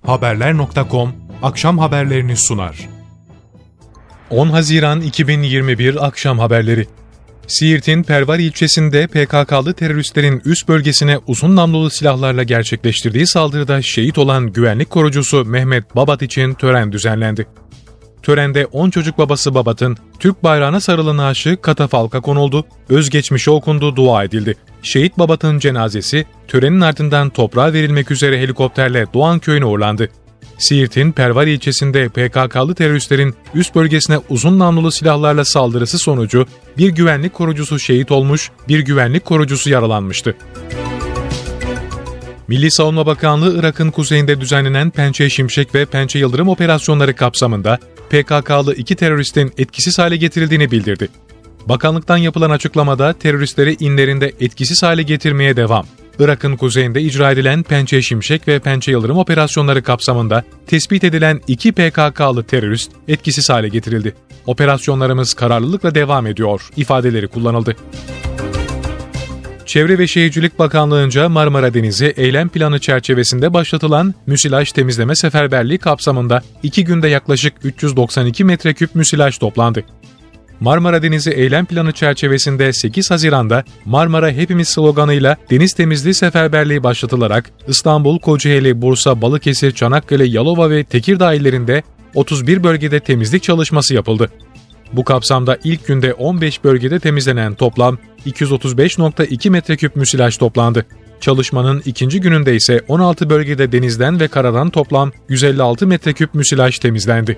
Haberler.com akşam haberlerini sunar. 10 Haziran 2021 akşam haberleri. Siirt'in Pervar ilçesinde PKK'lı teröristlerin üst bölgesine uzun namlulu silahlarla gerçekleştirdiği saldırıda şehit olan güvenlik korucusu Mehmet Babat için tören düzenlendi. Törende 10 çocuk babası Babat'ın Türk bayrağına sarılı naaşı katafalka konuldu, özgeçmişi okundu, dua edildi. Şehit Babat'ın cenazesi törenin ardından toprağa verilmek üzere helikopterle Doğan köyüne uğurlandı. Siirt'in Pervar ilçesinde PKK'lı teröristlerin üst bölgesine uzun namlulu silahlarla saldırısı sonucu bir güvenlik korucusu şehit olmuş, bir güvenlik korucusu yaralanmıştı. Milli Savunma Bakanlığı, Irak'ın kuzeyinde düzenlenen Pençe Şimşek ve Pençe Yıldırım operasyonları kapsamında PKK'lı 2 teröristin etkisiz hale getirildiğini bildirdi. Bakanlıktan yapılan açıklamada teröristleri inlerinde etkisiz hale getirmeye devam. Irak'ın kuzeyinde icra edilen Pençe Şimşek ve Pençe Yıldırım operasyonları kapsamında tespit edilen 2 PKK'lı terörist etkisiz hale getirildi. Operasyonlarımız kararlılıkla devam ediyor ifadeleri kullanıldı. Çevre ve Şehircilik Bakanlığı'nca Marmara Denizi eylem planı çerçevesinde başlatılan müsilaj temizleme seferberliği kapsamında 2 günde yaklaşık 392 metreküp müsilaj toplandı. Marmara Denizi eylem planı çerçevesinde 8 Haziran'da Marmara Hepimiz sloganıyla deniz temizliği seferberliği başlatılarak İstanbul, Kocaeli, Bursa, Balıkesir, Çanakkale, Yalova ve Tekirdağ illerinde 31 bölgede temizlik çalışması yapıldı. Bu kapsamda ilk günde 15 bölgede temizlenen toplam 235.2 metreküp müsilaj toplandı. Çalışmanın ikinci gününde ise 16 bölgede denizden ve karadan toplam 156 metreküp müsilaj temizlendi.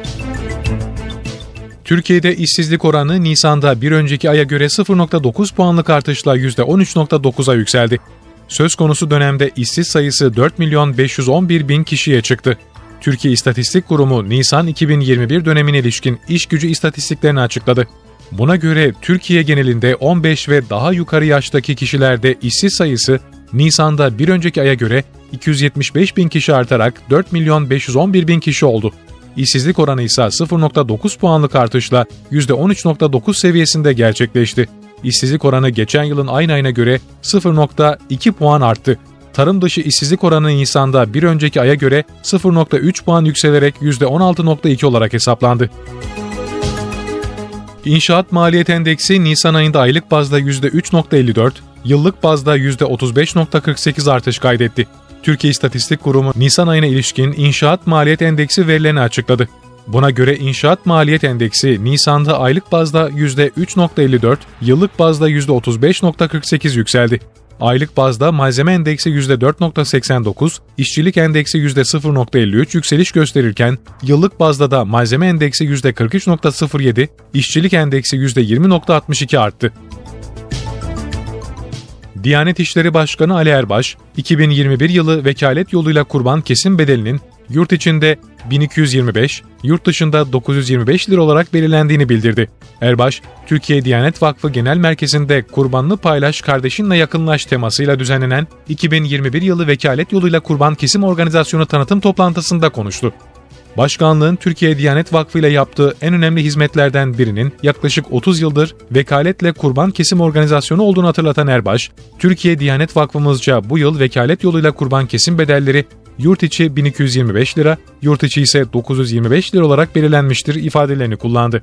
Türkiye'de işsizlik oranı Nisan'da bir önceki aya göre 0.9 puanlık artışla %13.9'a yükseldi. Söz konusu dönemde işsiz sayısı 4.511.000 kişiye çıktı. Türkiye İstatistik Kurumu Nisan 2021 dönemine ilişkin iş gücü istatistiklerini açıkladı. Buna göre Türkiye genelinde 15 ve daha yukarı yaştaki kişilerde işsiz sayısı Nisan'da bir önceki aya göre 275.000 kişi artarak 4.511.000 kişi oldu. İşsizlik oranı ise 0.9 puanlık artışla %13.9 seviyesinde gerçekleşti. İşsizlik oranı geçen yılın aynı ayına göre 0.2 puan arttı. Tarım dışı işsizlik oranı Nisan'da bir önceki aya göre 0.3 puan yükselerek %16.2 olarak hesaplandı. İnşaat Maliyet Endeksi Nisan ayında aylık bazda %3.54, yıllık bazda %35.48 artış kaydetti. Türkiye İstatistik Kurumu Nisan ayına ilişkin İnşaat Maliyet Endeksi verilerini açıkladı. Buna göre İnşaat Maliyet Endeksi Nisan'da aylık bazda %3.54, yıllık bazda %35.48 yükseldi. Aylık bazda Malzeme Endeksi %4.89, İşçilik Endeksi %0.53 yükseliş gösterirken, yıllık bazda da Malzeme Endeksi %43.07, İşçilik Endeksi %20.62 arttı. Diyanet İşleri Başkanı Ali Erbaş, 2021 yılı vekalet yoluyla kurban kesim bedelinin yurt içinde 1225, yurt dışında 925 lira olarak belirlendiğini bildirdi. Erbaş, Türkiye Diyanet Vakfı Genel Merkezi'nde Kurbanını Paylaş, Kardeşinle Yakınlaş temasıyla düzenlenen 2021 yılı vekalet yoluyla kurban kesim organizasyonu tanıtım toplantısında konuştu. Başkanlığın Türkiye Diyanet Vakfı ile yaptığı en önemli hizmetlerden birinin yaklaşık 30 yıldır vekaletle kurban kesim organizasyonu olduğunu hatırlatan Erbaş, Türkiye Diyanet Vakfımızca bu yıl vekalet yoluyla kurban kesim bedelleri yurt içi 1225 lira, yurt içi ise 925 lira olarak belirlenmiştir ifadelerini kullandı.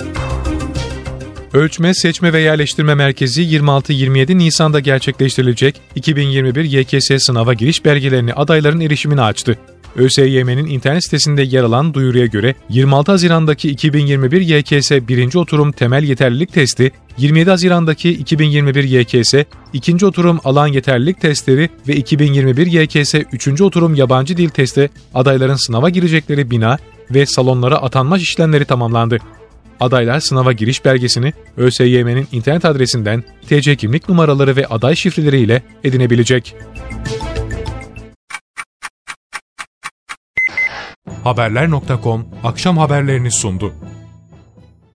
Ölçme, Seçme ve Yerleştirme Merkezi 26-27 Nisan'da gerçekleştirilecek 2021 YKS sınava giriş belgelerini adayların erişimine açtı. ÖSYM'nin internet sitesinde yer alan duyuruya göre 26 Haziran'daki 2021 YKS 1. oturum temel yeterlilik testi, 27 Haziran'daki 2021 YKS 2. oturum alan yeterlilik testleri ve 2021 YKS 3. oturum yabancı dil testi adayların sınava girecekleri bina ve salonlara atanma işlemleri tamamlandı. Adaylar sınava giriş belgesini ÖSYM'nin internet adresinden TC kimlik numaraları ve aday şifreleri ile edinebilecek. Haberler.com akşam haberlerini sundu.